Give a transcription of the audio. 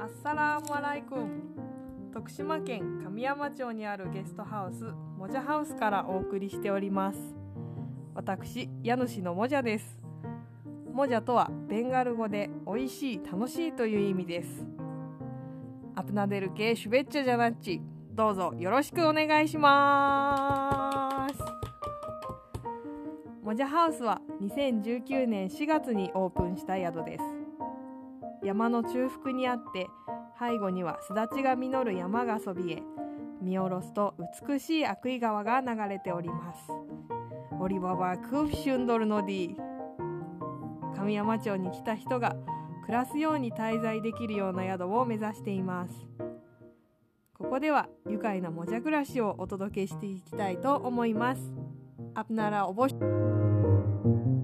アッサラームアライクン。徳島県神山町にあるゲストハウスモジャハウスからお送りしております。私、家主のモジャです。モジャとはベンガル語で美味しい、楽しいという意味です。アプナデル系シュベッチャじゃなっち、どうぞよろしくお願いします。モジャハウスは2019年4月にオープンした宿です。山の中腹にあって、背後にはすだちが実る山がそびえ、見下ろすと美しい阿久井川が流れております。オリババークーフシュンドルのディ。神山町に来た人が暮らすように滞在できるような宿を目指しています。ここでは愉快なモジャ暮らしをお届けしていきたいと思います。アプナラおぼし